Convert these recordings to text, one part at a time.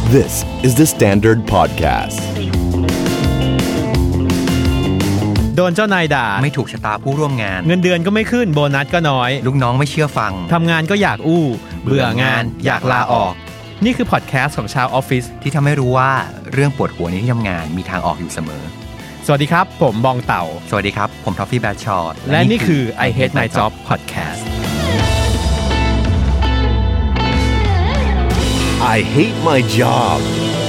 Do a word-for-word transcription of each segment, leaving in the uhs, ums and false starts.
This is the Standard Podcast. โดนเจ้านายด่าไม่ถูกชะตาผู้ร่วมงานเงินเดือนก็ไม่ขึ้นโบนัสก็น้อยลูกน้องไม่เชื่อฟังทำงานก็อยากอู้เบื่องานอยากลาออกนี่คือพอดแคสต์ของชาวออฟฟิศที่ทำให้รู้ว่าเรื่องปวดหัวในที่ทำงานมีทางออกอยู่เสมอสวัสดีครับผมบองเต่าสวัสดีครับผมทอฟฟี่แบทชอตและนี่คือ I Hate My Job Podcast I hate my job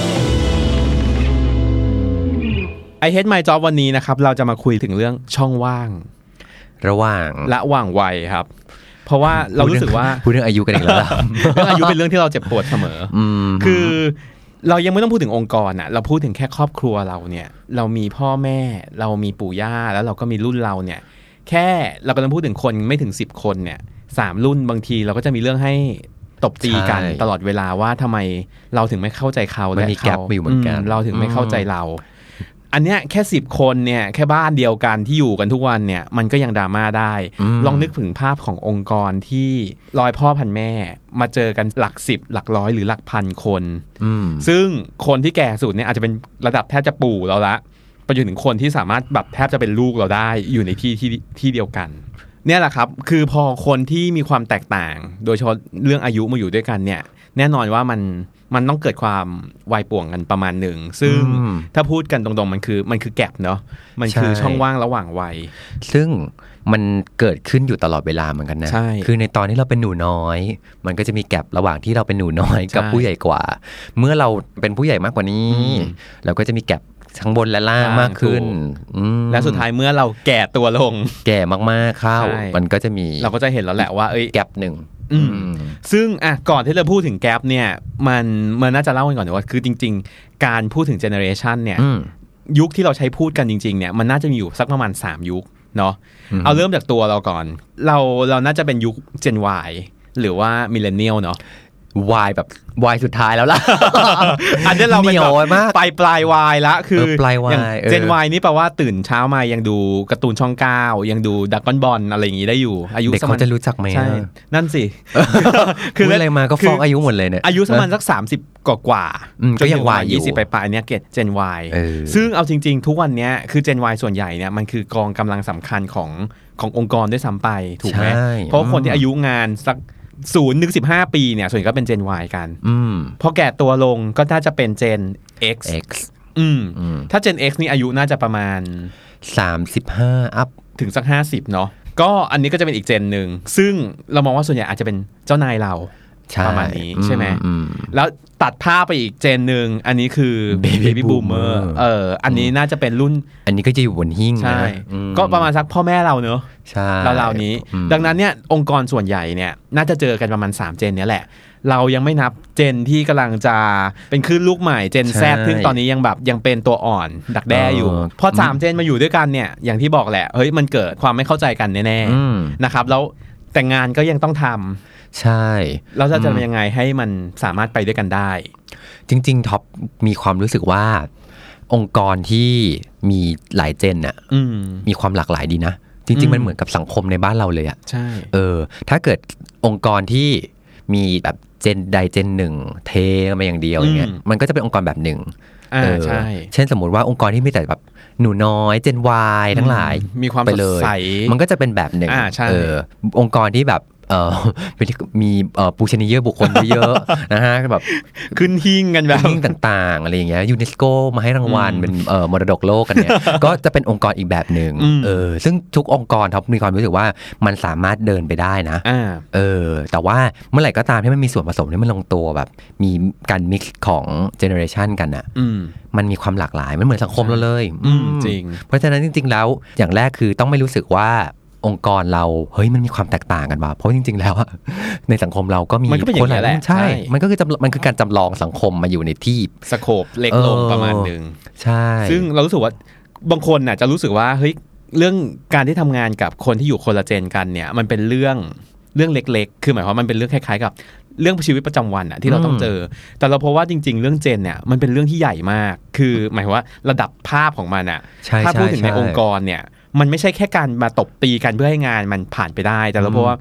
I Hate My Job วันนี้นะครับเราจะมาคุยถึงเรื่องช่องว่างระหว่างระหว่างวัยครับเพราะว่าเรารู้สึกว่าพูดเรื่องอายุกันอีกแล้วเรื่องอายุเป็นเรื่องที่เราเจ็บปวดเสมอคือเรายังไม่ต้องพูดถึงองค์กรน่ะเราพูดถึงแค่ครอบครัวเราเนี่ยเรามีพ่อแม่เรามีปู่ย่าแล้วเราก็มีรุ่นเราเนี่ยแค่เรากำลังพูดถึงคนไม่ถึงสิบคนเนี่ยสามรุ่นบางทีเราก็จะมีเรื่องให้ตบตีกันตลอดเวลาว่าทำไมเราถึงไม่เข้าใจเขาและเขาเราถึงไม่เข้าใจเราอันเนี้ยแค่สิบคนเนี่ยแค่บ้านเดียวกันที่อยู่กันทุกวันเนี่ยมันก็ยังดราม่าได้ลองนึกถึงภาพขององค์กรที่ร้อยพ่อพันแม่มาเจอกันหลักสิบหลักร้อยหรือหลักพันคนซึ่งคนที่แก่สุดเนี่ยอาจจะเป็นระดับแทบจะปู่เราละไปจนถึงคนที่สามารถแบบแทบจะเป็นลูกเราได้อยู่ในที่ที่ที่เดียวกันเนี่ยแหละครับคือพอคนที่มีความแตกต่างโดยเฉพาะเรื่องอายุมาอยู่ด้วยกันเนี่ยแน่นอนว่ามันมันต้องเกิดความวายป่วงกันประมาณหนึ่งซึ่งถ้าพูดกันตรงๆมันคือมันคือแกปเนาะมันคือช่องว่างระหว่างวัยซึ่งมันเกิดขึ้นอยู่ตลอดเวลาเหมือนกันนะคือในตอนที่เราเป็นหนูน้อยมันก็จะมีแกประหว่างที่เราเป็นหนูน้อยกับผู้ใหญ่กว่าเมื่อเราเป็นผู้ใหญ่มากกว่านี้เราก็จะมีแกปทั้งบนและล่างมากขึ้นและสุดท้ายเมื่อเราแก่ตัวลงแก่มากๆเข้ามันก็จะมีเราก็จะเห็นแล้วแหละว่าเอ้ยแกปหนึ่งซึ่งอ่ะก่อนที่เราพูดถึงแกปเนี่ยมันมันน่าจะเล่ากันก่อนว่าคือจริงๆการพูดถึงเจเนอเรชันเนี่ยยุคที่เราใช้พูดกันจริงๆเนี่ยมันน่าจะมีอยู่สักประมาณสามยุคเนาะเอาเริ่มจากตัวเราก่อนเราเราน่าจะเป็นยุค Gen Y หรือว่า Millennial เนาะ Y แบบ Y สุดท้ายแล้วล่ะอันนี้เราเป็นแบบปลายปลาย Y ละคืออย่าง Gen Y นี่แปลว่าตื่นเช้ามายังดูการ์ตูนช่องเก้ายังดูดักก้อนบอลอะไรอย่างงี้ได้อยู่อายุเด็กเขาจะรู้จักไหมใช่นั่นสิคืออะไรมาก็ฟ้องอายุหมดเลยเนี่ยอายุประมาณสักสามสิบกว่าๆก็ยัง Y อยู่ยี่สิบปลายๆเนี่ยเกต Gen Y ซึ่งเอาจริงๆทุกวันนี้คือ Gen Y ส่วนใหญ่เนี่ยมันคือกองกำลังสำคัญของขององค์กรด้วยซ้ำไปถูกไหมเพราะคนที่อายุงานสักศูนย์ถึงสิบห้าปีเนี่ยส่วนใหญ่ก็เป็น Gen Y กันพอแก่ตัวลงก็น่าจะเป็น Gen X X อืมถ้า Gen X นี่อายุน่าจะประมาณสามสิบห้าอัพถึงสักห้าสิบเนาะก็อันนี้ก็จะเป็นอีกเจนนึงซึ่งเรามองว่าส่วนใหญ่อาจจะเป็นเจ้านายเราประมาณนี้ใช่ไหมแล้วตัดภาพไปอีกเจนนึงอันนี้คือ Baby Boomer เอออันนี้น่าจะเป็นรุ่นอันนี้ก็จะอยู่บนหิ้งใช่ก็ประมาณสักพ่อแม่เราเนอะใช่ราวๆนี้ดังนั้นเนี่ยองค์กรส่วนใหญ่เนี่ยน่าจะเจอกันประมาณสามเจนนี้แหละเรายังไม่นับเจนที่กำลังจะเป็นคลื่นลูกใหม่เจน Z ซึ่งตอนนี้ยังแบบยังเป็นตัวอ่อนดักแด้อยู่พอสามเจนมาอยู่ด้วยกันเนี่ยอย่างที่บอกแหละเฮ้ยมันเกิดความไม่เข้าใจกันแน่ๆนะครับแล้วแต่งานก็ยังต้องทำใช่แล้วจะทำยังไงให้มันสามารถไปด้วยกันได้จริงๆท็อปมีความรู้สึกว่าองค์กรที่มีหลายเจนน่ะมีความหลากหลายดีนะจริงๆมันเหมือนกับสังคมในบ้านเราเลยอ่ะใช่เออถ้าเกิดองค์กรที่มีแบบเจนใดเจนหนึ่งเทมาอย่างเดียวอย่างเงี้ยมันก็จะเป็นองค์กรแบบหนึ่งเออใช่เช่นสมมุติว่าองค์กรที่มีแต่แบบหนูน้อยเจน Y ทั้งหลายมีความสดใสมันก็จะเป็นแบบหนึ่งเออองค์กรที่แบบเอ่อมีเอ่อปูชนียบุคคลเยอะๆนะฮะแบบขึ้นหิ้งกันแบบหิ้งต่างๆอะไรอย่างเงี้ยยูเนสโกมาให้รางวัลเป็นเอ่อมรดกโลกกันเนี่ยก็จะเป็นองค์กรอีกแบบนึงเออซึ่งทุกองค์กรครับมีความรู้สึกว่ามันสามารถเดินไปได้นะเออแต่ว่าเมื่อไหร่ก็ตามที่มันมีส่วนผสมที่มันลงตัวแบบมีการมิกซ์ของเจเนอเรชันกันอ่ะมันมีความหลากหลายมันเหมือนสังคมเราเลยจริงเพราะฉะนั้นจริงๆแล้วอย่างแรกคือต้องไม่รู้สึกว่าองค์กรเราเฮ้ยมันมีความแตกต่างกันว่ะเพราะจริงๆแล้วในสังคมเราก็มีคนหลายใช่มันก็คือมันคือการจำลองสังคมมาอยู่ในที่สโคปเล็กลงประมาณนึงใช่ซึ่งเรารู้สึกว่าบางคนน่ะจะรู้สึกว่าเฮ้ยเรื่องการที่ทำงานกับคนที่อยู่คนละเจนกันเนี่ยมันเป็นเรื่องเรื่องเล็กๆคือหมายความว่ามันเป็นเรื่องคล้ายๆกับเรื่องชีวิตประจำวันอะที่เราต้องเจอแต่เราพบว่าจริงๆเรื่องเจนเนี่ยมันเป็นเรื่องที่ใหญ่มากคือหมายความว่าระดับภาพของมันอะถ้าพูดถึงในองค์กรเนี่ยมันไม่ใช่แค่การมาตบตีกันเพื่อให้งานมันผ่านไปได้แต่เราพบว่า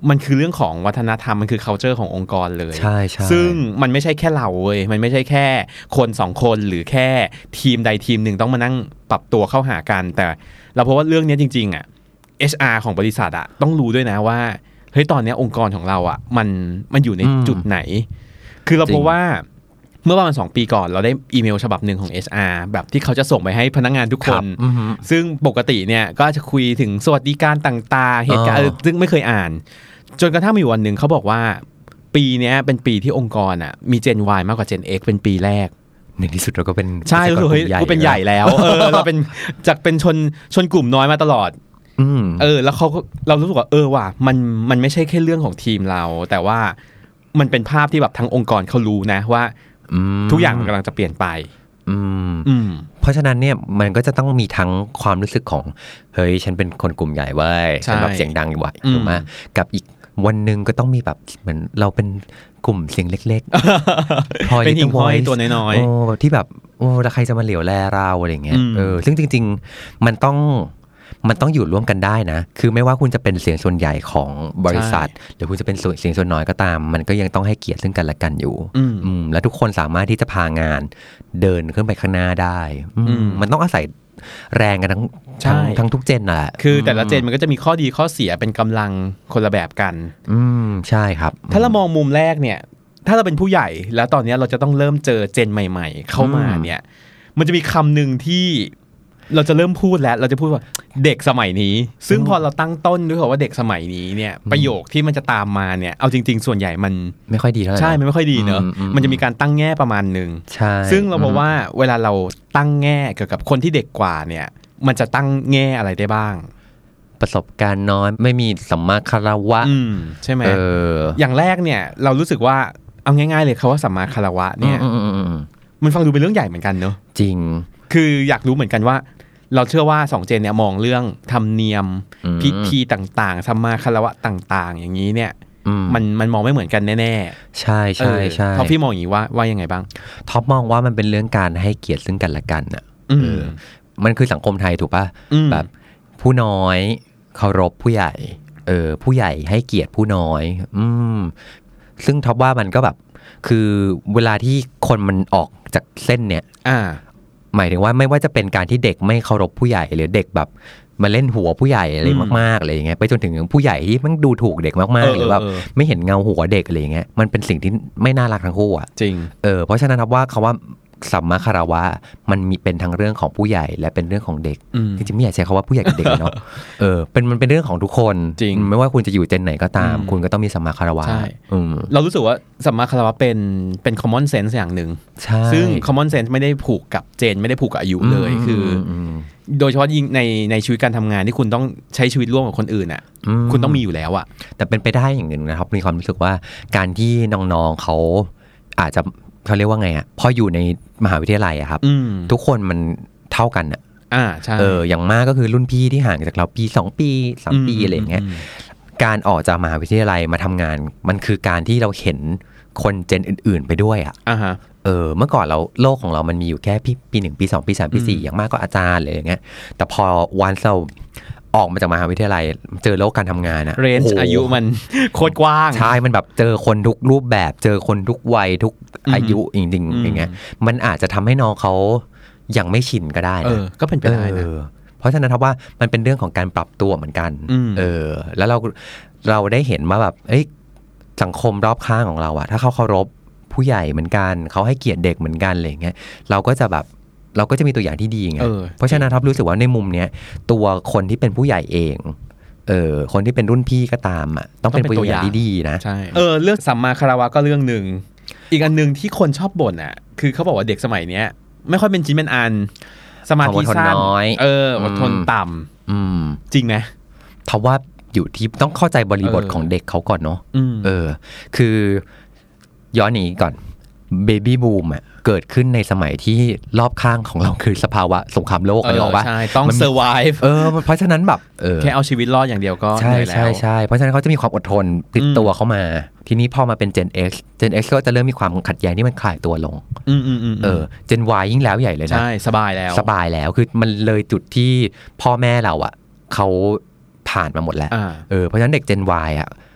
มันคือเรื่องของวัฒนธรรมมันคือ culture ขององค์กรเลยใช่ใช่ซึ่งมันไม่ใช่แค่เราเว้ยมันไม่ใช่แค่คนสองคนหรือแค่ทีมใดทีมหนึ่งต้องมานั่งปรับตัวเข้าหากันแต่เราเพราะว่าเรื่องนี้จริงๆอ่ะ เอช อาร์ ของบริษัทอ่ะต้องรู้ด้วยนะว่าเฮ้ยตอนนี้องค์กรของเราอ่ะมันมันอยู่ในจุดไหนคือเราเพราะว่าเมื่อประมาณสองปีก่อนเราได้อีเมลฉบับหนึ่งของ เอช อาร์ แบบที่เขาจะส่งไปให้พนักงานทุกคนซึ่งปกติเนี่ยก็จะคุยถึงสวัสดิการต่างๆเหตุการณ์ซึ่งไม่เคยอ่านจนกระทั่งมีวันหนึ่งเขาบอกว่าปีนี้เป็นปีที่องค์กรอ่ะมี Gen Y มากกว่า Gen X เป็นปีแรกในที่สุดเราก็เป็นใช่รู้สึกเฮ้ยกูเป็นใหญ่แล้วเออเราเป็นจากเป็นชนชนกลุ่มน้อยมาตลอดเออแล้วเขาเรารู้สึกว่าเออว่ะมันมันไม่ใช่แค่เรื่องของทีมเราแต่ว่ามันเป็นภาพที่แบบทั้งองค์กรเขารู้นะว่าทุกอย่างมันกำลังจะเปลี่ยนไปเพราะฉะนั้นเนี่ยมันก็จะต้องมีทั้งความรู้สึกของเฮ้ยฉันเป็นคนกลุ่มใหญ่เว้ยฉันแบบเสียงดังอยู่ว่ะถูกไหมกับอีกวันนึงก็ต้องมีแบบเหมือนเราเป็นกลุ่มเสียงเล็กๆพอเป็นหิ่งห้อยตัวน้อยๆโอ้ที่แบบโอ้แล้วใครจะมาเหลียวแลเราอะไรเงี้ยเออซึ่งจริงๆมันต้องมันต้องอยู่ร่วมกันได้นะคือไม่ว่าคุณจะเป็นเสียงส่วนใหญ่ของบริษัทหรือคุณจะเป็นเสียงส่วนน้อยก็ตามมันก็ยังต้องให้เกียรติซึ่งกันและกันอยู่และทุกคนสามารถที่จะพางานเดินขึ้นไปข้างหน้าได้มันต้องอาศัยแรงกันทั้งทั้งทั้งทุกเจนน่ะคือแต่ละเจนมันก็จะมีข้อดีข้อเสียเป็นกำลังคนละแบบกันอืมใช่ครับถ้าเรามองมุมแรกเนี่ยถ้าเราเป็นผู้ใหญ่แล้วตอนนี้เราจะต้องเริ่มเจอเจนใหม่ๆเข้ามาเนี่ยมันจะมีคำหนึ่งที่เราจะเริ่มพูดแล้วเราจะพูดว่าเด็กสมัยนี้ซึ่งพอเราตั้งต้นด้วยว่าเด็กสมัยนี้เนี่ยประโยคที่มันจะตามมาเนี่ยเอาจริงๆส่วนใหญ่มันไม่ค่อยดีเท่าไหร่ใช่มันไม่ค่อยดีเนอะมันจะมีการตั้งแง่ประมาณนึงซึ่งเราบอกว่าเวลาเราตั้งแง่เกี่ยวกับคนที่เด็กกว่าเนี่ยมันจะตั้งแง่อะไรได้บ้างประสบการณ์น้อยไม่มีสัมมาคารวะใช่ไหม อ, อย่างแรกเนี่ยเรารู้สึกว่าเอาง่ายๆเลยคำว่าสัมมาคารวะเนี่ยมันฟังดูเป็นเรื่องใหญ่เหมือนกันเนอะจริงคืออยากรู้เหมือนกันว่าเราเชื่อว่าสองเจนเนี่ยมองเรื่องธรรมเนียมพิธีต่างๆสัมมาคารวะต่างๆอย่างนี้เนี่ยมันมันมองไม่เหมือนกันแน่ๆใช่ใช่ใช่ท็อปพี่มองอย่างนี้ว่าว่ายังไงบ้างท็อปมองว่ามันเป็นเรื่องการให้เกียรติซึ่งกันและกันอ่ะมันคือสังคมไทยถูกป่ะแบบผู้น้อยเคารพผู้ใหญ่เออผู้ใหญ่ให้เกียรติผู้น้อยอืมซึ่งท็อปว่ามันก็แบบคือเวลาที่คนมันออกจากเส้นเนี่ยอ่าหมายถึงว่าไม่ว่าจะเป็นการที่เด็กไม่เคารพผู้ใหญ่หรือเด็กแบบมาเล่นหัวผู้ใหญ่อะไรมากๆอะไรอย่างเงี้ยไปจนถึงผู้ใหญ่ที่มันดูถูกเด็กมากๆหรือว่าไม่เห็นเงาหัวเด็กอะไรอย่างเงี้ยมันเป็นสิ่งที่ไม่น่ารักทั้งคู่อ่ะจริงเออเพราะฉะนั้นครับว่าคำว่าสัมมาคารวะมันมีเป็นทั้งเรื่องของผู้ใหญ่และเป็นเรื่องของเด็กจริงๆไม่อยากใช้คำว่าผู้ใหญ่กับเด็กเนาะเออเป็นมันเป็นเรื่องของทุกคนจริงไม่ว่าคุณจะอยู่เจนไหนก็ตามคุณก็ต้องมีสัมมาคารวะเรารู้สึกว่าสัมมาคารวะเป็นเป็น common sense อย่างหนึ่งซึ่ง common sense ไม่ได้ผูกกับเจนไม่ได้ผูกกับอายุเลยคือโดยเฉพาะยิ่งในในชีวิตการทำงานที่คุณต้องใช้ชีวิตร่วมกับคนอื่นอ่ะคุณต้องมีอยู่แล้วอ่ะแต่เป็นไปได้อย่างหนึ่งนะครับมีความรู้สึกว่าการที่น้องๆเขาอาจจะเขาเรียกว่าไงอ่ะพออยู่ในมหาวิทยาลัยอะครับทุกคนมันเท่ากันอ่ะอ่าใช่เอออย่างมากก็คือรุ่นพี่ที่ห่างจากเราปีสองปีสามปีอะไรอย่างเงี้ยการออกจากมหาวิทยาลัยมาทำงานมันคือการที่เราเห็นคนเจนอื่นๆไปด้วยอ่ะอ่าฮะเออเมื่อก่อนเราโลกของเรามันมีอยู่แค่ปีหนึ่งปีสองปีสามปีสี่อย่างมากก็อาจารย์อะไรอย่างเงี้ยแต่พอวันเราออกมาจากมหาวิทยาลัยเจอโลกการทำงานอะเรนจ์อายุมันโคตรกว้างใช่มันแบบเจอคนทุกรูปแบบเจอคนทุกวัยทุกอายุจริงๆอย่างเงี้ยมันอาจจะทำให้น้องเขายังไม่ชินก็ได้นะเออก็เป็นไปได้นะเพราะฉะนั้นครับว่ามันเป็นเรื่องของการปรับตัวเหมือนกันเออแล้วเราเราได้เห็นว่าแบบเอ้ยสังคมรอบข้างของเราอะถ้าเขาเคารพผู้ใหญ่เหมือนกันเขาให้เกียรติเด็กเหมือนกันอะไรอย่างเงี้ยเราก็จะแบบเราก็จะมีตัวอย่างที่ดีไงเ, เพราะฉะนั้นท็อปรู้สึกว่าในมุมเนี้ยตัวคนที่เป็นผู้ใหญ่เองเออคนที่เป็นรุ่นพี่ก็ตามอ่ะต้องเป็นตัวอย่างที่ดีนะใช่เออเรื่องสัมมาคารวะก็เรื่องนึงอีกอันนึงที่คนชอบบ่นอ่ะคือเขาบอกว่าเด็กสมัยเนี้ยไม่ค่อยเป็นชิ้นเป็นอันสมาธิสั้นเอออดทนต่ำจริงไหมท็อปว่าอยู่ที่ต้องเข้าใจบริบทของเด็กเขาก่อนเนาะเออคือย้อนหนีก่อนเบบี้บูมอ่ะเกิดขึ้นในสมัยที่รอบข้างของเราคือสภาวะสงครามโลกอะไรหรอวะใช่ต้อง survive เออเพราะฉะนั้นแบบเออแค่เอาชีวิตรอดอย่างเดียวก็ใช่ใช่ใช่เพราะฉะนั้นเขาจะมีความอดทนติดตัวเข้ามาทีนี้พอมาเป็น Gen X Gen X ก็จะเริ่มมีความขัดแย้งที่มันคลายตัวลงอืมๆๆเออ Gen Y ยิ่งแล้วใหญ่เลยนะใช่สบายแล้วสบายแล้วคือมันเลยจุดที่พ่อแม่เราอ่ะเขาผ่านมาหมดแล้วเออเพราะฉะนั้นเด็ก Gen Y อ่ะ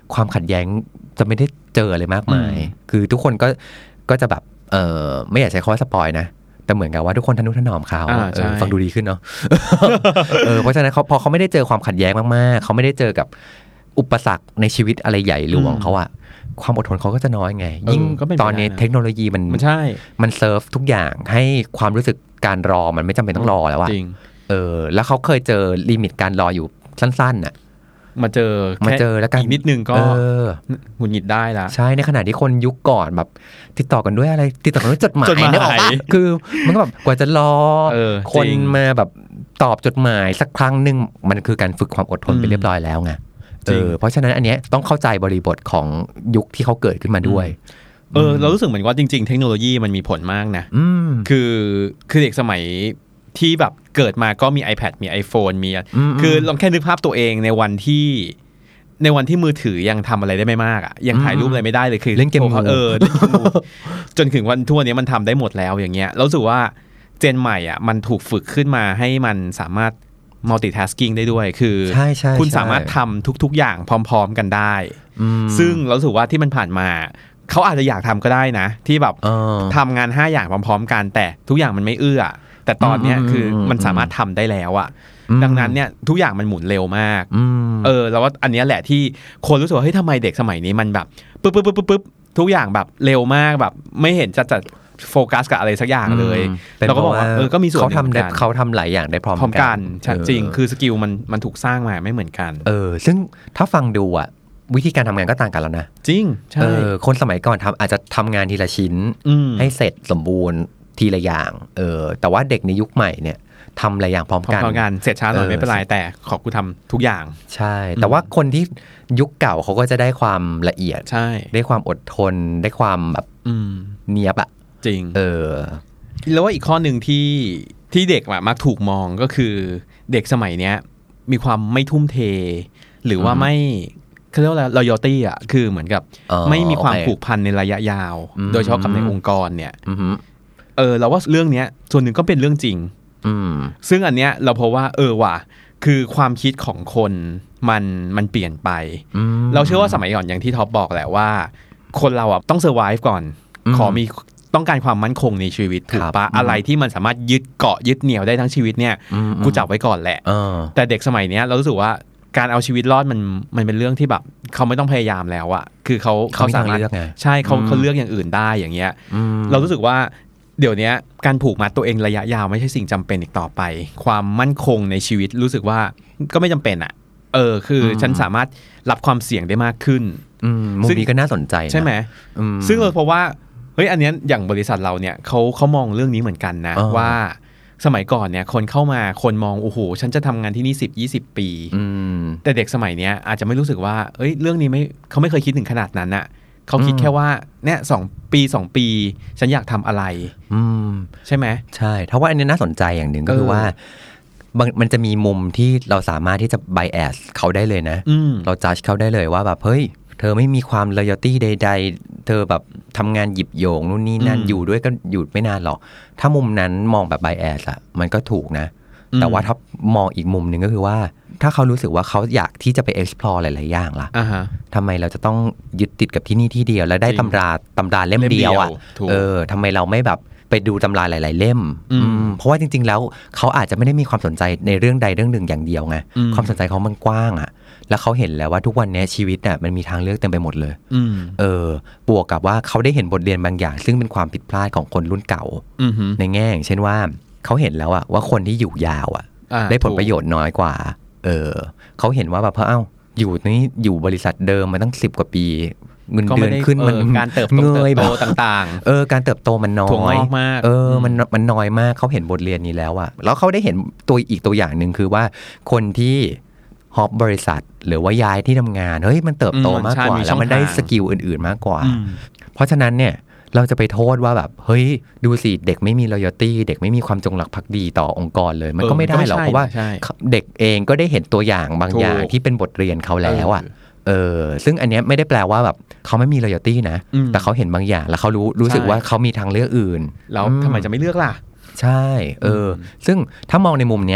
ความขัดแย้งจะไม่ได้เจออะไรมากมายคือทุกคนก็ก็จะแบบเออไม่อยากใช้คำว่าสปอยนะแต่เหมือนกับว่าทุกคนทนุถนอมเขาเออฟังดูดีขึ้นเนาะ เออเพราะฉะนั้นเขาพอเขาไม่ได้เจอความขัดแย้งมากๆเขาไม่ได้เจอกับอุปสรรคในชีวิตอะไรใหญ่หลวงเขาอะความอดทนเขาก็จะน้อยไงยิ่งตอนนี้เทคโนโลยีมันมันใช่มันเซิร์ฟทุกอย่างให้ความรู้สึกการรอมันไม่จำเป็นต้องรอแล้วอะเออแล้วเขาเคยเจอลิมิตการรออยู่สั้นๆน่ะมาเจอมาเจอแล้วกันอีกนิดนึงก็หงุดหงิดได้ละใช่ในขณะที่คนยุคก่อนแบบติดต่อกันด้วยอะไรติดต่อกันด้วยจดหมายเนี่ยออกป่ะคือมันก็แบบกว่าจะรอคนมาแบบตอบจดหมายสักครั้งนึงมันคือการฝึกความอดทนไปเรียบร้อยแล้วไงเออเพราะฉะนั้นอันเนี้ยต้องเข้าใจบริบทของยุคที่เขาเกิดขึ้นมาด้วยเออเรารู้สึกเหมือนว่าจริงๆเทคโนโลยีมันมีผลมากนะคือคือเด็กสมัยที่แบบเกิดมาก็มี iPad มี iPhone มีคือลองแค่นึกภาพตัวเองในวันที่ในวันที่มือถือยังทำอะไรได้ไม่มากอ่ะยังถ่ายรูปอะไรไม่ได้เลยคือเล่นเกมเขาเออจนถึงวันทั่วนี้มันทำได้หมดแล้วอย่างเงี้ยรู้สึกว่าเจนใหม่อ่ะมันถูกฝึกขึ้นมาให้มันสามารถ multitasking ได้ด้วยคือคุณสามารถทำทุกๆอย่างพร้อมๆกันได้ซึ่งเราสึกว่าที่มันผ่านมาเขาอาจจะอยากทำก็ได้นะที่แบบทำงานห้าอย่างพร้อมๆกันแต่ทุกอย่างมันไม่เอื้อแต่ตอนนี้คือมันสามารถทำได้แล้วอะดังนั้นเนี่ยทุกอย่างมันหมุนเร็วมากเออแล้วว่าอันนี้แหละที่คนรู้สึกว่าเฮ้ยทำไมเด็กสมัยนี้มันแบบปึ๊บปึ๊บปึ๊บปึ๊บทุกอย่างแบบเร็วมากแบบไม่เห็นจะจะโฟกัสกับอะไรสักอย่างเลยเราก็บอกว่าเออก็มีส่วนเขาทำได้เขาทำหลายอย่างได้พร้อมกันจริงคือสกิลมันมันถูกสร้างมาไม่เหมือนกันเออซึ่งถ้าฟังดูอะวิธีการทำงานก็ต่างกันแล้วนะจริงใช่คนสมัยก่อนทำอาจจะทำงานทีละชิ้นให้เสร็จสมบูรณ์ทีละอย่างเออแต่ว่าเด็กในยุคใหม่เนี่ยทำหลายอย่างพร้อมกันพร้อมกันเสร็จช้าหน่อยไม่เป็นไรแต่ขอกูทำทุกอย่างใช่แต่ว่าคนที่ยุคเก่าเขาก็จะได้ความละเอียดใช่ได้ความอดทนได้ความแบบเนียบอะจริงเออแล้วว่าอีกข้อหนึ่งที่ที่เด็กมักถูกมองก็คือเด็กสมัยเนี้ยมีความไม่ทุ่มเทหรือว่าไม่เขาเรียกว่าอะไร loyalty อ่ะคือเหมือนกับไม่มีความผูกพันในระยะยาวโดยเฉพาะกับในองค์กรเนี่ยเออเราว่าเรื่องนี้ส่วนหนึ่งก็เป็นเรื่องจริงซึ่งอันเนี้ยเราพบว่าเออว่ะคือความคิดของคนมันมันเปลี่ยนไปเราเชื่อว่าสมัยก่อนอย่างที่ท็อปบอกแหละว่าคนเราอ่ะต้อง survive ก่อนขอมีต้องการความมั่นคงในชีวิตถูกปะอะไรที่มันสามารถยึดเกาะยึดเหนี่ยวได้ทั้งชีวิตเนี่ยกูจับไว้ก่อนแหละแต่เด็กสมัยเนี้ยเรารู้สึกว่าการเอาชีวิตรอดมันมันเป็นเรื่องที่แบบเขาไม่ต้องพยายามแล้วอะคือเขาเขาสามารถใช่เขาเขาเลือกอย่างอื่นได้อย่างเงี้ยเรารู้สึกว่าเดี๋ยวนี้การผูกมัดตัวเองระยะยาวไม่ใช่สิ่งจำเป็นอีกต่อไปความมั่นคงในชีวิตรู้สึกว่าก็ไม่จำเป็นอะเออคือฉันสามารถรับความเสี่ยงได้มากขึ้นมุมนี้ก็น่าสนใจใช่ไหมซึ่งเราเพราะว่าเฮ้ยอันนี้อย่างบริษัทเราเนี่ยเขาเขามองเรื่องนี้เหมือนกันนะว่าสมัยก่อนเนี่ยคนเข้ามาคนมองโอ้โหฉันจะทำงานที่นี่สิบ ยี่สิบปีแต่เด็กสมัยเนี้ยอาจจะไม่รู้สึกว่าเอ้ยเรื่องนี้ไม่เขาไม่เคยคิดถึงขนาดนั้นอะเขาคิดแค่ว่าเนี่ยสองปีสองปีฉันอยากทำอะไรใช่ไหมใช่ถ้าว่าอันนี้น่าสนใจอย่างหนึ่งก็คือว่ามันจะมีมุมที่เราสามารถที่จะ bias เขาได้เลยนะเรา judge เขาได้เลยว่าแบบเฮ้ยเธอไม่มีความ loyalty ใดๆเธอแบบทำงานหยิบโยงนู่นนี่นั่นอยู่ด้วยก็อยู่ไม่นานหรอกถ้ามุมนั้นมองแบบ bias อะมันก็ถูกนะแต่ว่าถ้ามองอีกมุมหนึ่งก็คือว่าถ้าเขารู้สึกว่าเขาอยากที่จะไป explore หลายๆอย่างล่ะ uh-huh. ทำไมเราจะต้องยึดติดกับที่นี่ที่เดียวแล้วได้ตำราตำราเล่มเดียวอะเออทำไมเราไม่แบบไปดูตำราหลายๆเล่มเพราะว่าจริงๆแล้วเขาอาจจะไม่ได้มีความสนใจในเรื่องใดเรื่องหนึ่งอย่างเดียวไงความสนใจเขามันกว้างอะแล้วเขาเห็นแล้วว่าทุกวันนี้ชีวิตน่ะมันมีทางเลือกเต็มไปหมดเลยเออบวกกับว่าเขาได้เห็นบทเรียนบางอย่างซึ่งเป็นความผิดพลาดของคนรุ่นเก่าในแง่อย่างเช่นว่าเขาเห็นแล้วอะว่าคนที่อยู่ยาวอะได้ผลประโยชน์น้อยกว่าเออเขาเห็นว่าแบบเพราะเอ้าอยู่นี่อยู่บริษัทเดิมมาตั้งสิบกว่าปีเงินเดือนขึ้นมันการเติบโตต่างๆเออการเติบโตมันน้อยเออมันมันน้อยมากเขาเห็นบทเรียนนี้แล้วอะแล้วเขาได้เห็นตัวอีกตัวอย่างหนึ่งคือว่าคนที่ฮอปบริษัทหรือว่าย้ายที่ทำงานเฮ้ยมันเติบโตมากกว่าแล้วมันได้สกิลอื่นๆมากกว่าเพราะฉะนั้นเนี่ยเราจะไปโทษว่าแบบเฮ้ยดูสิเด็กไม่มี loyalty เด็กไม่มีความจงรักภักดีต่อองค์กรเลยมันก็ไม่ได้หรอกเพราะว่าเด็กเองก็ได้เห็นตัวอย่างบางอย่างที่เป็นบทเรียนเขาแล้วอ่ะเออซึ่งอันนี้ไม่ได้แปลว่าแบบเขาไม่มี loyalty นะแต่เขาเห็นบางอย่างแล้วเขารู้รู้สึกว่าเขามีทางเลือกอื่นแล้วทำไมจะไม่เลือกล่ะใช่เออซึ่งถ้ามองในมุมเนี้ย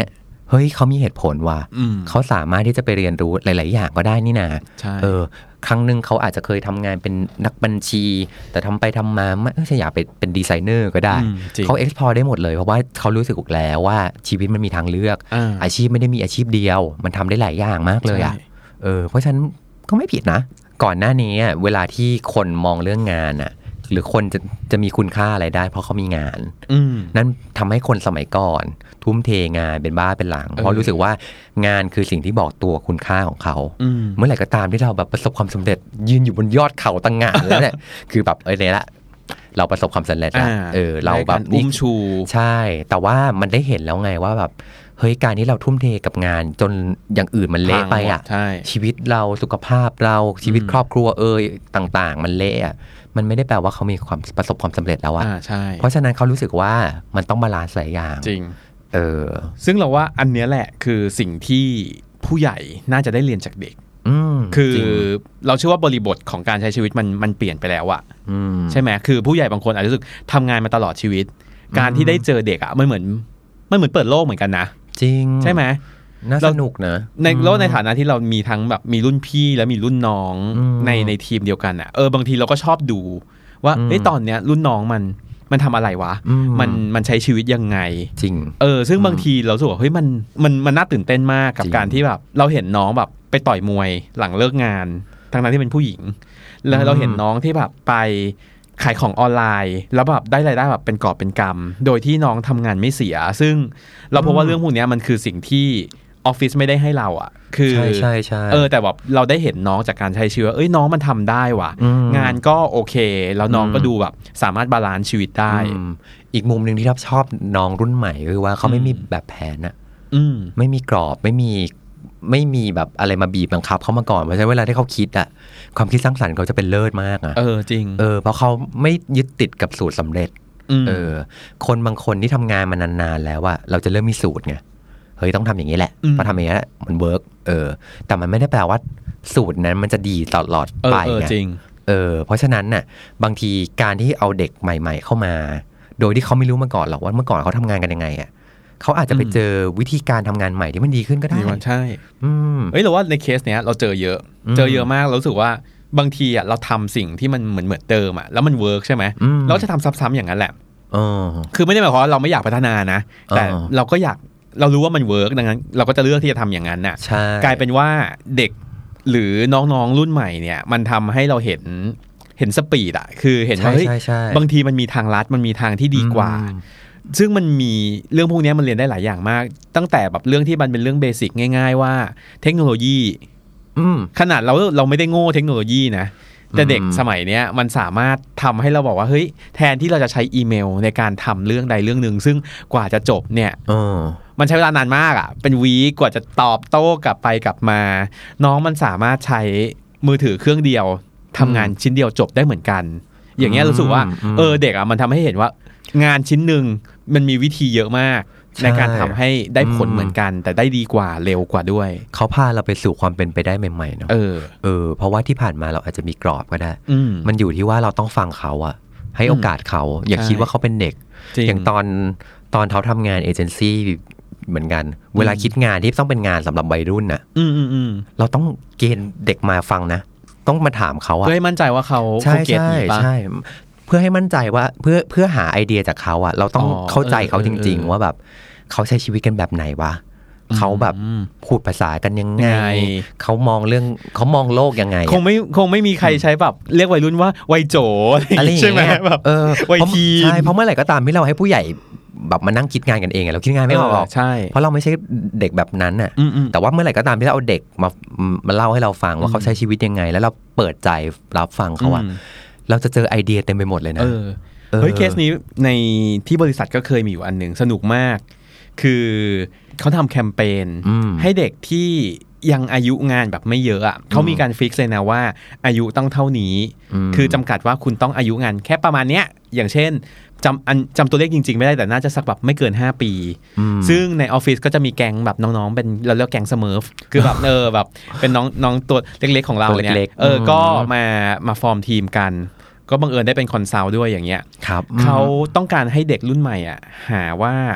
เฮ้ยเขามีเหตุผลว่ะเขาสามารถที่จะไปเรียนรู้หลายๆอย่างก็ได้นี่นะเออครั้งหนึ่งเขาอาจจะเคยทำงานเป็นนักบัญชีแต่ทำไปทำมาไม่ใช่อยากเป็นเป็นดีไซเนอร์ก็ได้เขา explore ได้หมดเลยเพราะว่าเขารู้สึกแล้วว่าชีวิตมันมีทางเลือก อ, อาชีพไม่ได้มีอาชีพเดียวมันทำได้หลายอย่างมากเลยอ่ะเออเพราะฉะนั้นก็ไม่ผิดนะก่อนหน้านี้เวลาที่คนมองเรื่องงานอ่ะหรือคนจะจะมีคุณค่าอะไรได้เพราะเขามีงานนั่นทำให้คนสมัยก่อนทุ่มเทงานเป็นบ้าเป็นหลังเพราะรู้สึกว่างานคือสิ่งที่บอกตัวคุณค่าของเขาเมื่อไหร่ก็ตามที่เราแบบประสบความสำเร็จยืนอยู่บนยอดเขาตั้งงานแล้วเนี่ยคือแบบเออเนี่ยละเราประสบความสำเร็จแล้วเออเราแบบอุ้มชูใช่แต่ว่ามันได้เห็นแล้วไงว่าแบบเฮ้ยการที่เราทุ่มเทกับงานจนอย่างอื่นมันเละไปอ่ะชีวิตเราสุขภาพเราชีวิตครอบครัวเอ่ยต่างๆมันเละอ่ะมันไม่ได้แปลว่าเขามีความประสบความสำเร็จแล้วอ่ะเพราะฉะนั้นเขารู้สึกว่ามันต้องบาลานซ์หลายอย่างจริงเออซึ่งเราว่าอันนี้แหละคือสิ่งที่ผู้ใหญ่น่าจะได้เรียนจากเด็กคือเราเชื่อว่าบริบทของการใช้ชีวิตมันมันเปลี่ยนไปแล้วอะใช่ไหมคือผู้ใหญ่บางคนอาจจะรู้สึกทำงานมาตลอดชีวิตการที่ได้เจอเด็กอะมันเหมือนมันเหมือนเปิดโลกเหมือนกันนะจริงใช่ไหมน่าสนุกนะในโลกในฐานะที่เรามีทั้งแบบมีรุ่นพี่และมีรุ่นน้องในในทีมเดียวกันอะเออบางทีเราก็ชอบดูว่าเอ้ยตอนเนี้ยรุ่นน้องมันมันทำอะไรวะมันมันใช้ชีวิตยังไงจริงเออซึ่งบางทีเราสึกว่าเฮ้ยมันมันมันน่าตื่นเต้นมากกับการที่แบบเราเห็นน้องแบบไปต่อยมวยหลังเลิกงานทั้งนั้นที่เป็นผู้หญิงแล้วเราเห็นน้องที่แบบไปขายของออนไลน์แล้วแบบได้รายได้แบบเป็นกอบเป็นกำโดยที่น้องทำงานไม่เสียซึ่งเราพบว่าเรื่องพวกนี้มันคือสิ่งที่ออฟฟิศไม่ได้ให้เราอ่ะคือใช่ใช่ใช่เออแต่แบบเราได้เห็นน้องจากการใช้ชีวิตเอ้ยน้องมันทำได้ว่ะงานก็โอเคแล้วน้องก็ดูแบบสามารถบาลานซ์ชีวิตได้อีกมุมนึงที่ทับชอบน้องรุ่นใหม่คือว่าเขาไม่มีแบบแผนอะไม่มีกรอบไม่มีไม่มีแบบอะไรมาบีบบังคับเขามาก่อนเพราะฉะนั้นเวลาที่เขาคิดอะความคิดสร้างสรรค์เขาจะเป็นเลิศมากอะเออจริงเออเพราะเขาไม่ยึดติดกับสูตรสำเร็จเออคนบางคนที่ทำงานมานานๆแล้วอะเราจะเริ่มมีสูตรไงเฮ้ยต้องทำอย่างนี้แหละพอทำอย่างนี้มันเวิร์กเออแต่มันไม่ได้แปลว่าสูตรนั้นมันจะดีตลอดไปไงจริงเออเพราะฉะนั้นน่ะบางทีการที่เอาเด็กใหม่ๆเข้ามาโดยที่เขาไม่รู้มาก่อนหรอกว่าเมื่อก่อนเขาทำงานกันยังไงอ่ะเขาอาจจะไปเจอวิธีการทำงานใหม่ที่มันดีขึ้นก็ได้ใช่เฮ้ยเราว่าในเคสเนี้ยเราเจอเยอะเจอเยอะมากเรารู้สึกว่าบางทีอ่ะเราทำสิ่งที่มันเหมือนเหมือนเดิมอ่ะแล้วมันเวิร์กใช่ไหมเราจะทำซ้ำๆอย่างนั้นแหละคือไม่ได้หมายความว่าเราไม่อยากพัฒนานะแต่เราก็อยากเรารู้ว่ามันเวิร์กดังนั้นเราก็จะเลือกที่จะทำอย่างนั้นน่ะกลายเป็นว่าเด็กหรือน้องๆรุ่นใหม่เนี่ยมันทำให้เราเห็นเห็นสปีดอ่ะคือเห็นว่าเฮ้ยบางทีมันมีทางลัดมันมีทางที่ดีกว่าซึ่งมันมีเรื่องพวกนี้มันเรียนได้หลายอย่างมากตั้งแต่แบบเรื่องที่มันเป็นเรื่องเบสิกง่ายๆว่าเทคโนโลยีขนาดเราเราไม่ได้โง่เทคโนโลยีนะแต่เด็กสมัยเนี้ยมันสามารถทำให้เราบอกว่าเฮ้ยแทนที่เราจะใช้อีเมลในการทำเรื่องใดเรื่องหนึ่งซึ่งกว่าจะจบเนี่ยมันใช้เวลานานมากอ่ะเป็นวีคกว่าจะตอบโต้กลับไปกลับมาน้องมันสามารถใช้มือถือเครื่องเดียวทำงานชิ้นเดียวจบได้เหมือนกันอย่างเงี้ยรู้สึกว่าเออเด็กอ่ะมันทำให้เห็นว่างานชิ้นหนึ่งมันมีวิธีเยอะมากในการทำให้ได้ผลเหมือนกันแต่ได้ดีกว่าเร็วกว่าด้วยเขาพาเราไปสู่ความเป็นไปได้ใหม่ๆเนาะเออเออเพราะว่าที่ผ่านมาเราอาจจะมีกรอบก็ได้มันอยู่ที่ว่าเราต้องฟังเขาอะให้โอกาสเขาอย่าคิดว่าเขาเป็นเด็กอย่างตอนตอนเขาทำงานเอเจนซี่เหมือนกันเวลาคิดงานที่ต้องเป็นงานสำหรับวัยรุ่นน่ะเราต้องเกณฑ์เด็กมาฟังนะต้องมาถามเขาอะเพื่อให้มั่นใจว่าเขาใช่ใช่ใช่เพื่อให้มั่นใจว่าเพื่อเพื่อหาไอเดียจากเขาอะเราต้องเข้าใจเขาจริงๆว่าแบบเขาใช้ชีวิตกันแบบไหนวะเขาแบบพูดภาษากันยังไงเขามองเรื่องเขามองโลกยังไงคงไม่คงไม่มีใครใช้แบบเรียกวัยรุ่นว่าวัยโจอะไรใช่ไหมแบบเออวัยทีใช่เพราะเมื่อไหร่ก็ตามที่เราให้ผู้ใหญ่แบบมานั่งคิดงานกันเองเราคิดงานไม่ออกใช่เพราะเราไม่ใช่เด็กแบบนั้นน่ะแต่ว่าเมื่อไหร่ก็ตามที่เราเอาเด็กมามาเล่าให้เราฟังว่าเขาใช้ชีวิตยังไงแล้วเราเปิดใจรับฟังเขาอะเราจะเจอไอเดียเต็มไปหมดเลยนะเฮ้ยเคสนี้ในที่บริษัทก็เคยมีอยู่อันหนึ่งสนุกมากคือเขาทำแคมเปญให้เด็กที่ยังอายุงานแบบไม่เยอะอ่ะเขามีการฟิกซ์เลยนะว่าอายุต้องเท่านี้คือจำกัดว่าคุณต้องอายุงานแค่ประมาณเนี้ยอย่างเช่นจำจำตัวเลขจริงๆไม่ได้แต่น่าจะสักแบบไม่เกินห้าปีซึ่งในออฟฟิศก็จะมีแก๊งแบบน้องๆเป็นเราเรียกแก๊งสเมิร์ฟคือแบบเออแบบเป็นน้องน้องตัวเล็กๆของเราเนี่ยเออก็มามาฟอร์มทีมกันก็บังเอิญได้เป็นคอนซัลท์ด้วยอย่างเงี้ยเขาต้องการให้เด็กรุ่นใหม่อ่ะหาว่า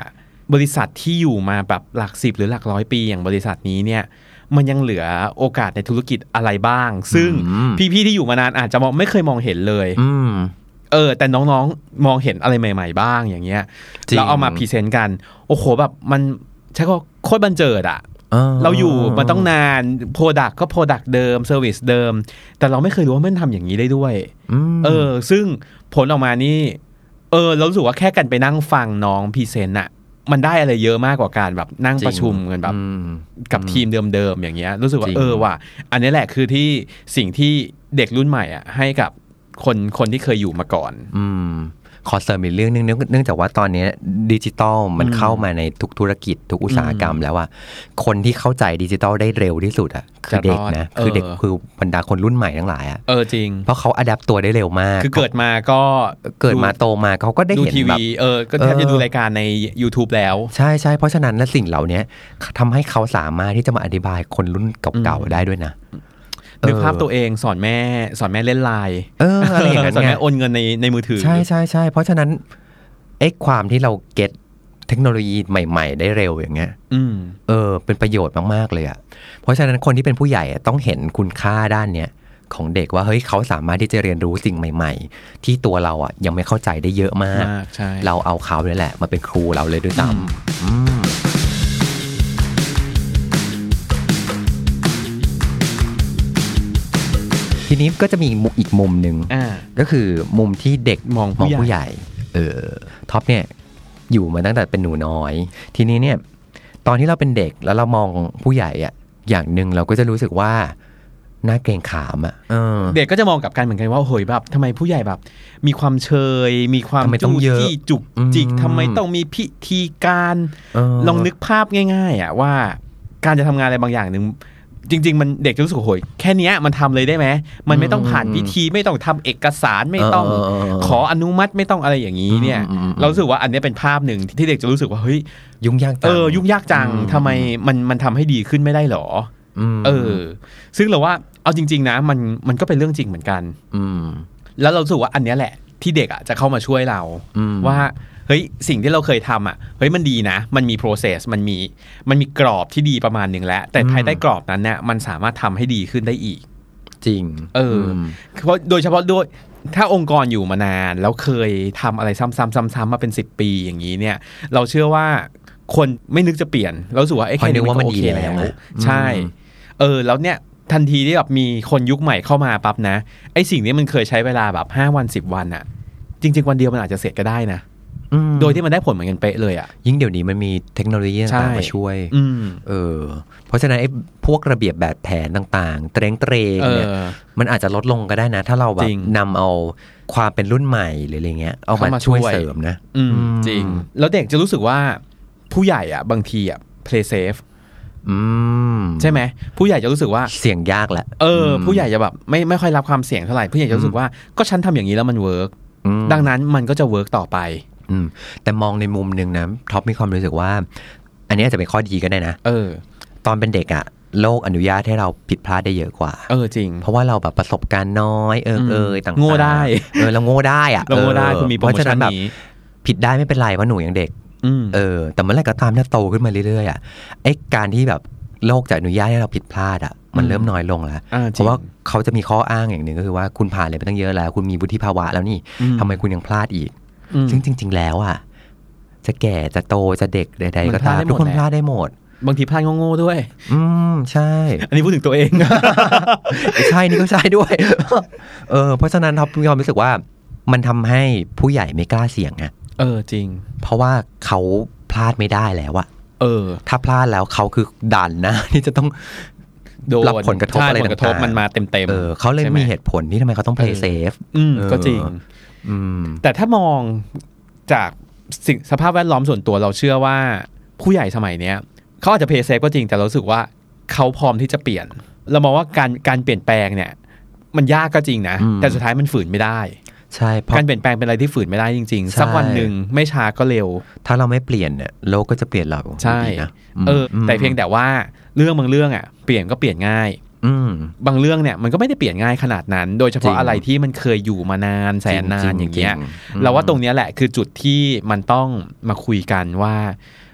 บริษัทที่อยู่มาแบบหลักสิบหรือหลักร้อยปีอย่างบริษัทนี้เนี่ยมันยังเหลือโอกาสในธุรกิจอะไรบ้างซึ่งพี่ๆที่อยู่มานานอาจจะมองไม่เคยมองเห็นเลยเออแต่น้องๆมองเห็นอะไรใหม่ๆบ้างอย่างเงี้ยเราเอามาพรีเซนต์กันโอ้โหแบบมันใช่ก็โคตรบันเจิดอ่ะเราอยู่มาต้องนานโปรดักต์ก็โปรดักต์เดิมเซอร์วิสเดิมแต่เราไม่เคยรู้ว่ามันทำอย่างนี้ได้ด้วยเออซึ่งผลออกมานี่เออเรารู้สึกว่าแค่กันไปนั่งฟังน้องพรีเซนต์อะมันได้อะไรเยอะมากกว่าการแบบนั่งประชุมกันแบบกับทีมเดิมๆอย่างเงี้ยรู้สึกว่าเออว่ะอันนี้แหละคือที่สิ่งที่เด็กรุ่นใหม่อ่ะให้กับคนคนที่เคยอยู่มาก่อนอืมขอเสริมอีกเรื่องนึงเนื่องจากว่าตอนนี้ดิจิตอลมันเข้ามาในทุกธุรกิจทุกอุตสาหกรรมแล้วว่าคนที่เข้าใจดิจิตอลได้เร็วที่สุดอ่ะคือเด็กนะคือเด็กคือบรรดาคนรุ่นใหม่ทั้งหลายอ่ะเออจริงเพราะเขาอะแดปตัวได้เร็วมากคือเกิดมาก็เกิดมาโตมาเขาก็ได้เห็นแบบเออก็แทบจะดูรายการใน YouTube แล้วใช่ใช่เพราะฉะนั้นและสิ่งเหล่านี้ทำให้เขาสามารถที่จะมาอธิบายคนรุ่นเก่าๆได้ด้วยนะนึกภาพตัวเองสอนแม่สอนแม่เล่นไลน์เอออะไรอย่างเงี้ยสอนแม่โอนเงินในในมือถือใช่ใช่ใช่เพราะฉะนั้นไอ้ความที่เราเก็ตเทคโนโลยีใหม่ๆได้เร็วอย่างเงี้ยเออเป็นประโยชน์มากๆเลยอ่ะเพราะฉะนั้นคนที่เป็นผู้ใหญ่ต้องเห็นคุณค่าด้านเนี้ยของเด็กว่าเฮ้ยเขาสามารถที่จะเรียนรู้สิ่งใหม่ๆที่ตัวเราอ่ะยังไม่เข้าใจได้เยอะมากเราเอาเขาเนี่ยแหละมาเป็นครูเราเลยด้วยซ้ำทีนี้ก็จะมีอีกมุมหนึ่งก็คือมุมที่เด็กมองผู้ใหญ่เออท็อปเนี่ยอยู่มาตั้งแต่เป็นหนูน้อยทีนี้เนี่ยตอนที่เราเป็นเด็กแล้วเรามองผู้ใหญ่อ่ะอย่างนึงเราก็จะรู้สึกว่าน่าเกรงขามอ่ะเด็กก็จะมองกับกันเหมือนกันว่าเฮ้ยแบบทำไมผู้ใหญ่แบบมีความเชยมีความจู้จี้จุกจิกทำไมต้องมีพิธีการลองนึกภาพง่ายๆอ่ะว่าการจะทำงานอะไรบางอย่างนึงจริงๆมันเด็กจะรู้สึกโหยแค่นี้มันทำเลยได้ไหมมันไม่ต้องผ่านพิธีไม่ต้องทำเอกสารไม่ต้องขออนุมัติไม่ต้องอะไรอย่างนี้เนี่ยเรารู้สึกว่าอันนี้เป็นภาพหนึ่งที่เด็กจะรู้สึกว่าเฮ้ยยุ่งยากจังเออยุ่งยากจังทำไมมันมันทำให้ดีขึ้นไม่ได้หรอเออซึ่งเราว่าเอาจริงๆนะมันมันก็เป็นเรื่องจริงเหมือนกันแล้วเราสึกว่าอันนี้แหละที่เด็กอ่ะจะเข้ามาช่วยเราว่าเฮ้ยสิ่งที่เราเคยทำอ่ะเฮ้ยมันดีนะมันมี process มันมีมันมีกรอบที่ดีประมาณนึงแล้วแต่ภายใต้กรอบนั้นเนี่ยมันสามารถทำให้ดีขึ้นได้อีกจริงเออเพราะโดยเฉพาะด้วยถ้าองค์กรอยู่มานานแล้วเคยทำอะไรซ้ำๆๆๆมาเป็นสิบปีอย่างนี้เนี่ยเราเชื่อว่าคนไม่นึกจะเปลี่ยนเราสึกว่าไอ้แค่นี้มันก็โอเคแล้วใช่เออแล้วเนี่ยทันทีที่แบบมีคนยุคใหม่เข้ามาปั๊บนะไอ้สิ่งนี้มันเคยใช้เวลาแบบห้าวันสิบวันอะจริงๆวันเดียวมันอาจจะเสร็จก็ได้นะโดยที่มันได้ผลเหมือนกันเป๊ะเลยอ่ะยิ่งเดี๋ยวนี้มันมีเทคโนโลยีต่างๆมาช่วยเออเพราะฉะนั้นไอ้พวกระเบียบแบบแผนต่างๆเตรงเตรงเนี่ยมันอาจจะลดลงก็ได้นะถ้าเราแบบนำเอาความเป็นรุ่นใหม่หรืออะไรเงี้ยเอามาช่วยเสริมนะจริงแล้วเด็กจะรู้สึกว่าผู้ใหญ่อ่ะบางทีอ่ะ play safe ใช่ไหมผู้ใหญ่จะรู้สึกว่าเสี่ยงยากแหละเออผู้ใหญ่จะแบบไม่ไม่ค่อยรับความเสี่ยงเท่าไหร่ผู้ใหญ่จะรู้สึกว่าก็ฉันทำอย่างนี้แล้วมันเวิร์กดังนั้นมันก็จะเวิร์กต่อไปอืมแต่มองในมุมนึงนะท็อปมีความรู้สึกว่าอันนี้อาจจะเป็นข้อดีก็ได้นะเออตอนเป็นเด็กอะโลกอนุญาตให้เราผิดพลาดได้เยอะกว่าเออจริงเพราะว่าเราแบบประสบการณ์น้อยเออเออต่างๆโง่ได้เออเราโง่ได้อะเราโง่ได้คุณมีโปรโมชั่นนี้ผิดได้ไม่เป็นไรเพราะหนูยังเด็กเออแต่เมื่อไหร่ก็ตามที่โตขึ้นมาเรื่อยๆอะไอ้การที่แบบโลกจะอนุญาตให้เราผิดพลาดอะมันเริ่มน้อยลงแล้วเพราะว่าเขาจะมีข้ออ้างอย่างหนึ่งก็คือว่าคุณผ่านอะไรไปตั้งเยอะแล้วคุณมีวุฒิภาวะแล้วนี่ทำไมคุณยังพลาดอีกซึ่งจริงๆแล้วอ่ะจะแก่จะโตจะเด็กใดๆก็ตามทุกคนพลาดได้หมดบางทีพลาดโง่ๆด้วยอืมใช่อันนี้พูดถึงตัวเองใช่นี่ก็ใช่ด้วยเออเพราะฉะนั้นครับมีความรู้สึกว่ามันทำให้ผู้ใหญ่ไม่กล้าเสี่ยงไงเออจริงเพราะว่าเขาพลาดไม่ได้แล้วอะเออถ้าพลาดแล้วเขาคือดันนะที่จะต้องรับผลกระทบอะไรต่างๆมันมาเต็มๆเออเขาเลยมีเหตุผลที่ทำไมเขาต้อง play safe อืมก็จริงแต่ถ้ามองจากสิ่งสภาพแวดล้อมส่วนตัวเราเชื่อว่าผู้ใหญ่สมัยเนี้ยเขาอาจจะ play safe ก็จริงแต่เรารู้สึกว่าเขาพร้อมที่จะเปลี่ยนเรามองว่าการการเปลี่ยนแปลงเนี่ยมันยากก็จริงนะแต่สุดท้ายมันฝืนไม่ได้ใช่การเปลี่ยนแปลงเป็นอะไรที่ฝืนไม่ได้จริงๆสักวันหนึ่งไม่ช้าก็เร็วถ้าเราไม่เปลี่ยนเนี่ยโลกก็จะเปลี่ยนเราใช่นะเออแต่เพียงแต่ว่าเรื่องบางเรื่องอ่ะเปลี่ยนก็เปลี่ยนง่ายบางเรื่องเนี่ยมันก็ไม่ได้เปลี่ยนง่ายขนาดนั้นโดยเฉพาะอะไรที่มันเคยอยู่มานานแสนนานอย่างเงี้ยเราว่าตรงนี้แหละคือจุดที่มันต้องมาคุยกันว่า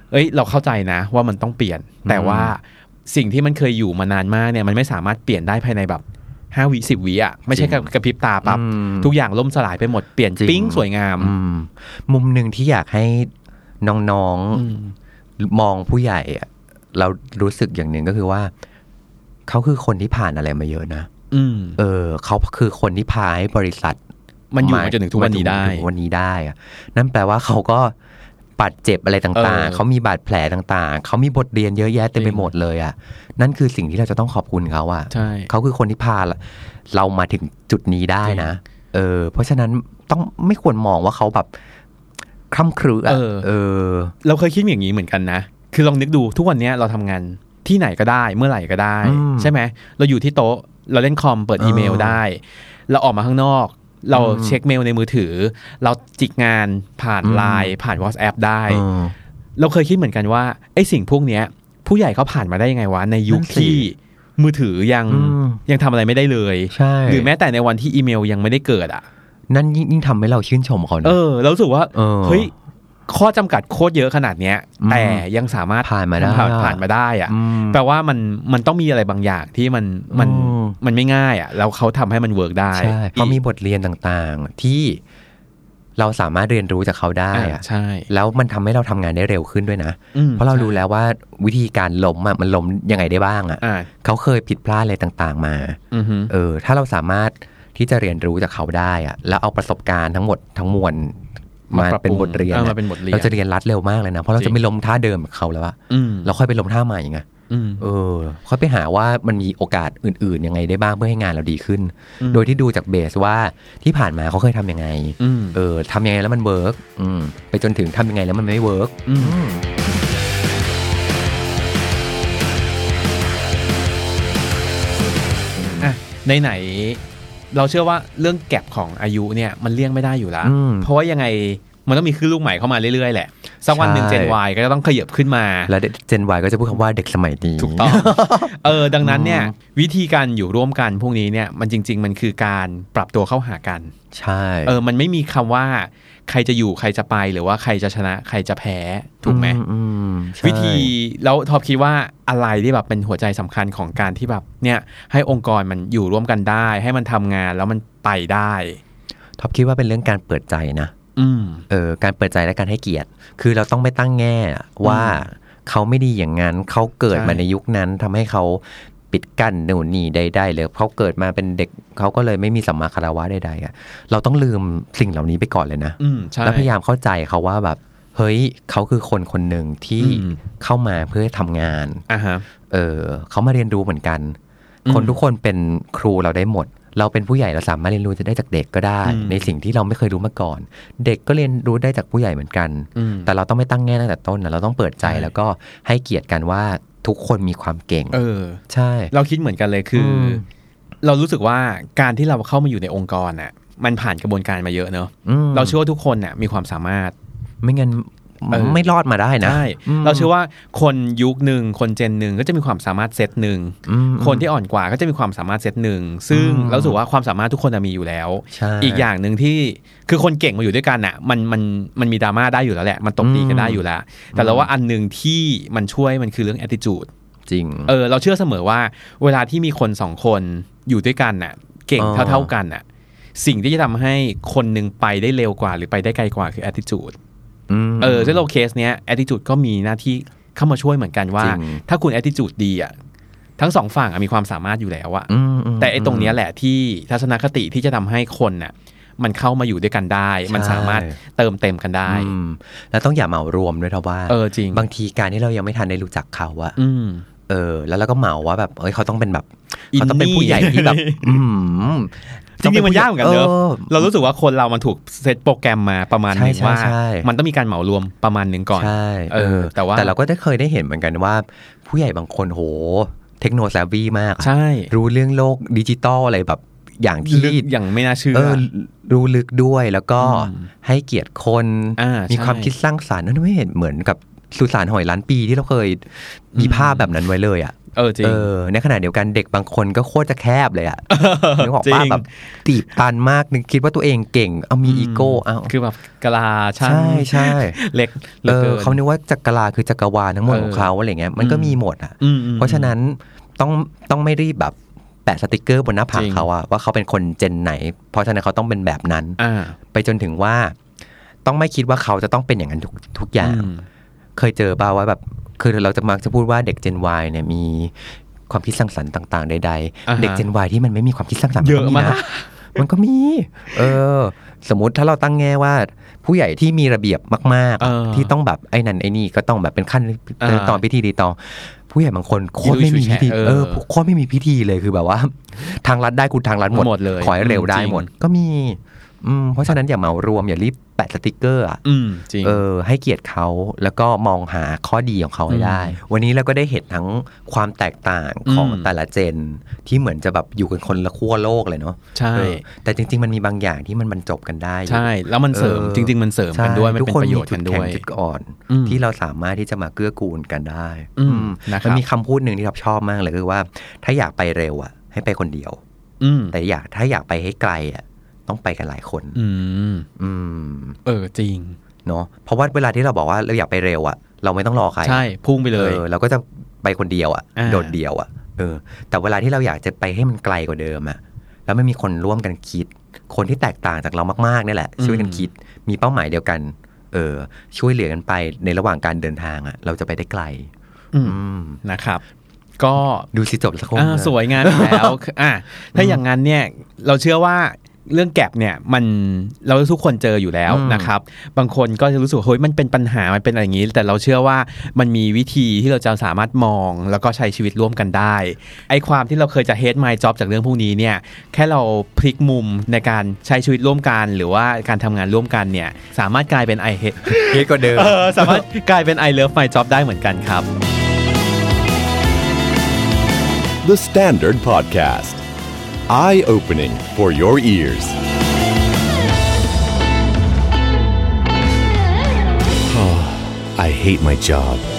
เอ้ยเราเข้าใจนะว่ามันต้องเปลี่ยนแต่ว่าสิ่งที่มันเคยอยู่มานานมากเนี่ยมันไม่สามารถเปลี่ยนได้ภายในแบบห้าวิสิบวิอ่ะไม่ใช่แค่กระพริบตาปั๊บทุกอย่างล่มสลายไปหมดเปลี่ยนปิ้งสวยงามมุมนึงที่อยากให้น้องๆมองผู้ใหญ่อ่ะเรารู้สึกอย่างหนึ่งก็คือว่าเขาคือคนที่ผ่านอะไรมาเยอะนะเออเขาคือคนที่พาให้บริษัทมันอยู่มาจนถึงทุกวันนี้ได้วันนี้ได้อะนั่นแปลว่าเขาก็บาดเจ็บอะไรต่างๆเขามีบาดแผลต่างๆเขามีบทเรียนเยอะแยะเต็มไปหมดเลยอ่ะนั่นคือสิ่งที่เราจะต้องขอบคุณเขาอ่ะเขาคือคนที่พาเรามาถึงจุดนี้ได้นะเออเพราะฉะนั้นต้องไม่ควรมองว่าเขาแบบคร่ำครึอ่ะเออเราเคยคิดอย่างนี้เหมือนกันนะคือลองนึกดูทุกวันนี้เราทำงานที่ไหนก็ได้เมื่อไหร่ก็ได้ใช่ไหมเราอยู่ที่โต๊ะเราเล่นคอมเปิดอีเมลได้เราออกมาข้างนอกเราเช็คเมลในมือถือเราจิกงานผ่านไลน์ผ่าน WhatsApp ได้เราเคยคิดเหมือนกันว่าไอ้สิ่งพวกนี้ผู้ใหญ่เขาผ่านมาได้ยังไงวะในยุคที่มือถือยังยังทำอะไรไม่ได้เลยหรือแม้แต่ในวันที่อีเมลยังไม่ได้เกิดอ่ะนั่นยิ่งทำให้เราชื่นชมเขาเออเรารู้สึกว่าเฮ้ยข้อจำกัดโคตรเยอะขนาดเนี้ยแต่ยังสามารถผ่านมาได้ผ่านมาได้อ่ะแปลว่ามันมันต้องมีอะไรบางอย่างที่มันมันมันไม่ง่ายอ่ะแล้วเขาทำให้มันเวิร์กได้ใช่เขามีบทเรียนต่างๆที่เราสามารถเรียนรู้จากเขาได้อ่ะใช่แล้วมันทำให้เราทำงานได้เร็วขึ้นด้วยนะเพราะเรารู้แล้วว่าวิธีการล้มอ่ะมันล้มยังไงได้บ้างอ่ะเขาเคยผิดพลาดอะไรต่างๆมาเออถ้าเราสามารถที่จะเรียนรู้จากเขาได้อ่ะแล้วเอาประสบการณ์ทั้งหมดทั้งมวลมาเป็นบทเรียนเราจะเรียนรัดเร็วมากเลยนะเพราะเราจะไม่ล้มท่าเดิมกับเขาแล้วอะเราค่อยไปล้มท่าใหม่ไงเออค่อยไปหาว่ามันมีโอกาสอื่นๆยังไงได้บ้างเพื่อให้งานเราดีขึ้นโดยที่ดูจากเบสว่าที่ผ่านมาเขาเคยทำยังไงเออทำยังไงแล้วมันเวิร์กไปจนถึงทำยังไงแล้วมันไม่เวิร์กอ่ะไหนเราเชื่อว่าเรื่องแก็ปของอายุเนี่ยมันเลี่ยงไม่ได้อยู่แล้วเพราะว่ายังไงมันต้องมีขึ้นลูกใหม่เข้ามาเรื่อยๆแหละสักวันหนึ่ง Gen Y ก็จะต้องขยับขึ้นมาแล้ว Gen Y ก็จะพูดคำว่าเด็กสมัยนี้ถูกต้องเออดังนั้นเนี่ยวิธีการอยู่ร่วมกันพวกนี้เนี่ยมันจริงๆมันคือการปรับตัวเข้าหากันใช่เออมันไม่มีคำว่าใครจะอยู่ใครจะไปหรือว่าใครจะชนะใครจะแพ้ถูกไหมวิธีแล้วท็อปคิดว่าอะไรที่แบบเป็นหัวใจสำคัญของการที่แบบเนี่ยให้องค์กรมันอยู่ร่วมกันได้ให้มันทำงานแล้วมันไปได้ท็อปคิดว่าเป็นเรื่องการเปิดใจนะเออการเปิดใจและการให้เกียรติคือเราต้องไม่ตั้งแง่ว่าเขาไม่ดีอย่างนั้นเขาเกิดมาในยุคนั้นทำให้เขาปิดกั้นหนูนี่ใดๆเลยเขาเกิดมาเป็นเด็กเขาก็เลยไม่มีสัมมาคารวะใดๆอ่ะเราต้องลืมสิ่งเหล่านี้ไปก่อนเลยนะแล้วพยายามเข้าใจเขาว่าแบบเฮ้ยเขาคือคนคนหนึ่งที่เข้ามาเพื่อทำงานเออเขามาเรียนรู้เหมือนกันคนทุกคนเป็นครูเราได้หมดเราเป็นผู้ใหญ่เราสามารถเรียนรู้จะได้จากเด็กก็ได้ในสิ่งที่เราไม่เคยรู้มาก่อนเด็กก็เรียนรู้ได้จากผู้ใหญ่เหมือนกันแต่เราต้องไม่ตั้งแง่ตั้งแต่ต้นนะเราต้องเปิดใจแล้วก็ให้เกียรติกันว่าทุกคนมีความเก่งเออใช่เราคิดเหมือนกันเลยคือเรารู้สึกว่าการที่เราเข้ามาอยู่ในองค์กรน่ะมันผ่านกระบวนการมาเยอะเนอะเราเชื่อว่าทุกคนน่ะมีความสามารถไม่งั้นไม่รอดมาได้นะใช่เราเชื่อว่าคนยุคหนึ่งคนเจนหนึ่งก็จะมีความสามารถเซตหนึ่งคนที่อ่อนกว่าก็จะมีความสามารถเซตหนึ่งซึ่งเราสึกว่าความสามารถทุกคนมีอยู่แล้วอีกอย่างหนึ่งที่คือคนเก่งมาอยู่ด้วยกันอ่ะมันมันมันมีดราม่าได้อยู่แล้วแหละมันตบตีกันได้อยู่แล้วแต่เราว่าอันนึงที่มันช่วยมันคือเรื่อง attitude จริงเออเราเชื่อเสมอว่าเวลาที่มีคนสองคนอยู่ด้วยกันน่ะเก่งเท่าๆกันน่ะสิ่งที่จะทำให้คนนึงไปได้เร็วกว่าหรือไปได้ไกลกว่าคือ attitudeเออซึ่งเราเคสเนี้ย attitude ก็มีหน้าที่เข้ามาช่วยเหมือนกันว่าถ้าคุณ attitude ดีอ่ะทั้งสองฝั่งมีความสามารถอยู่แล้วอะแต่ไอ้ตรงเนี้ยแหละที่ทัศนคติที่จะทำให้คนน่ะมันเข้ามาอยู่ด้วยกันได้มันสามารถเติมเต็มกันได้แล้วต้องอย่าเหมารวมด้วยเพราะว่าเออจริงบางทีการที่เรายังไม่ทันได้รู้จักเขาอะเออแล้วเราก็เหมาว่าแบบเอ้ยเขาต้องเป็นแบบเขาต้องเป็นผู้ใหญ่ที่แบบจริงๆมันยากเหมือนกันเนอะเรารู้สึกว่าคนเรามันถูกเซตโปรแกรมมาประมาณนึงว่ามันต้องมีการเหมารวมประมาณนึงก่อนใช่เออแต่ว่าแต่เราก็ได้เคยได้เห็นเหมือนกันว่าผู้ใหญ่บางคนโหเทคโนโลยีมากใช่รู้เรื่องโลกดิจิตอลอะไรแบบอย่างที่อย่างไม่น่าเชื่อรู้ลึกด้วยแล้วก็ให้เกียรติคนมีความคิดสร้างสรรค์นั่นไม่เห็นเหมือนกับสุสานหอยล้านปีที่เราเคยมีภาพแบบนั้นไว้เลยอ่ะเออจริงเออในขณะเดียวกันเด็กบางคนก็โคตรจะแคบเลยอ่ะนึกออกป่ะแบบตีบตันมากนึกคิดว่าตัวเองเก่งเอามีอีโก้เอาคือแบบกะลาใช่ใช่เล็กเออเขานึกว่าจักรลาคือจักรวาลทั้งหมดของเขาอะไรเงี้ยมันก็มีหมดอ่ะเพราะฉะนั้นต้องต้องไม่รีบแบบแปะสติกเกอร์บนหน้าผากเขาอะว่าเขาเป็นคนเจนไหนเพราะฉะนั้นเขาต้องเป็นแบบนั้นไปจนถึงว่าต้องไม่คิดว่าเขาจะต้องเป็นอย่างนั้นทุกทุกอย่างเคยเจอป่าวว่าแบบคือเราจะมักจะพูดว่าเด็ก Gen Y เนี่ยมีความคิดสร้างสรรค์ต่างๆใดๆเด็ก Gen Y ที่มันไม่มีความคิดสร้างสรรค์เยอะมากมันก็มีเออสมมุติถ้าเราตั้งแง่ว่าผู้ใหญ่ที่มีระเบียบมากๆที่ต้องแบบไอ้นั่นไอ้นี่ก็ต้องแบบเป็นขั้นตอนพิธีรีตองผู้ใหญ่บางคนโคตรไม่มีพิธีเออโคตรไม่มีพิธีเลยคือแบบว่าทางลัดได้คุณทางลัดหมดขอให้เร็วได้หมดก็มีอืมเพราะฉะนั้นอย่าเหมารวมอย่ารีบแปะสติกเกอร์อ่ะเออให้เกียรติเขาแล้วก็มองหาข้อดีของเขาให้ได้วันนี้เราก็ได้เห็นทั้งความแตกต่างของแต่ละเจนที่เหมือนจะแบบอยู่กันคนละขั้วโลกเลยเนาะใช่แต่จริงๆมันมีบางอย่างที่มันบรรจบกันได้ใช่แล้วมันเสริมจริงๆมันเสริมกันด้วยมันเป็นประโยชน์กันด้วยจุดอ่อนที่เราสามารถที่จะมาเกื้อกูลกันได้มันมีคำพูดหนึ่งที่เราชอบมากเลยคือว่าถ้าอยากไปเร็วอ่ะให้ไปคนเดียวแต่อยากถ้าอยากไปให้ไกลอ่ะต้องไปกันหลายคนอืมอืมเออจริงเนาะเพราะว่าเวลาที่เราบอกว่าเราอยากไปเร็วอ่ะเราไม่ต้องรอใครใช่พุ่งไปเลยเออเราก็จะไปคนเดียวอ่ะโดดเดี่ยวอ่ะเออแต่เวลาที่เราอยากจะไปให้มันไกลกว่าเดิมอ่ะแล้วไม่มีคนร่วมกันคิดคนที่แตกต่างจากเรามากๆนี่แหละช่วยกันคิดมีเป้าหมายเดียวกันเออช่วยเหลือกันไปในระหว่างการเดินทางอ่ะเราจะไปได้ไกลอืมนะครับก็ดูสิจบสักคนสวยงามแล้วอ่ะถ้าอย่างนั้นเนี่ยเราเชื่อว่าเรื่องแก็บเนี่ยมันเราทุกคนเจออยู่แล้วนะครับบางคนก็จะรู้สึกเฮ้ยมันเป็นปัญหามันเป็นอะไรอย่างนี้แต่เราเชื่อว่ามันมีวิธีที่เราจะสามารถมองแล้วก็ใช้ชีวิตร่วมกันได้ไอ้ความที่เราเคยจะ hate my job จากเรื่องพวกนี้เนี่ยแค่เราพลิกมุมในการใช้ชีวิตร่วมกันหรือว่าการทำงานร่วมกันเนี่ยสามารถกลายเป็น I hate hate กว่าเดิมสามารถกลายเป็น I love my job ได้เหมือนกันครับ The Standard Podcast Eye-opening for your ears. I hate my job.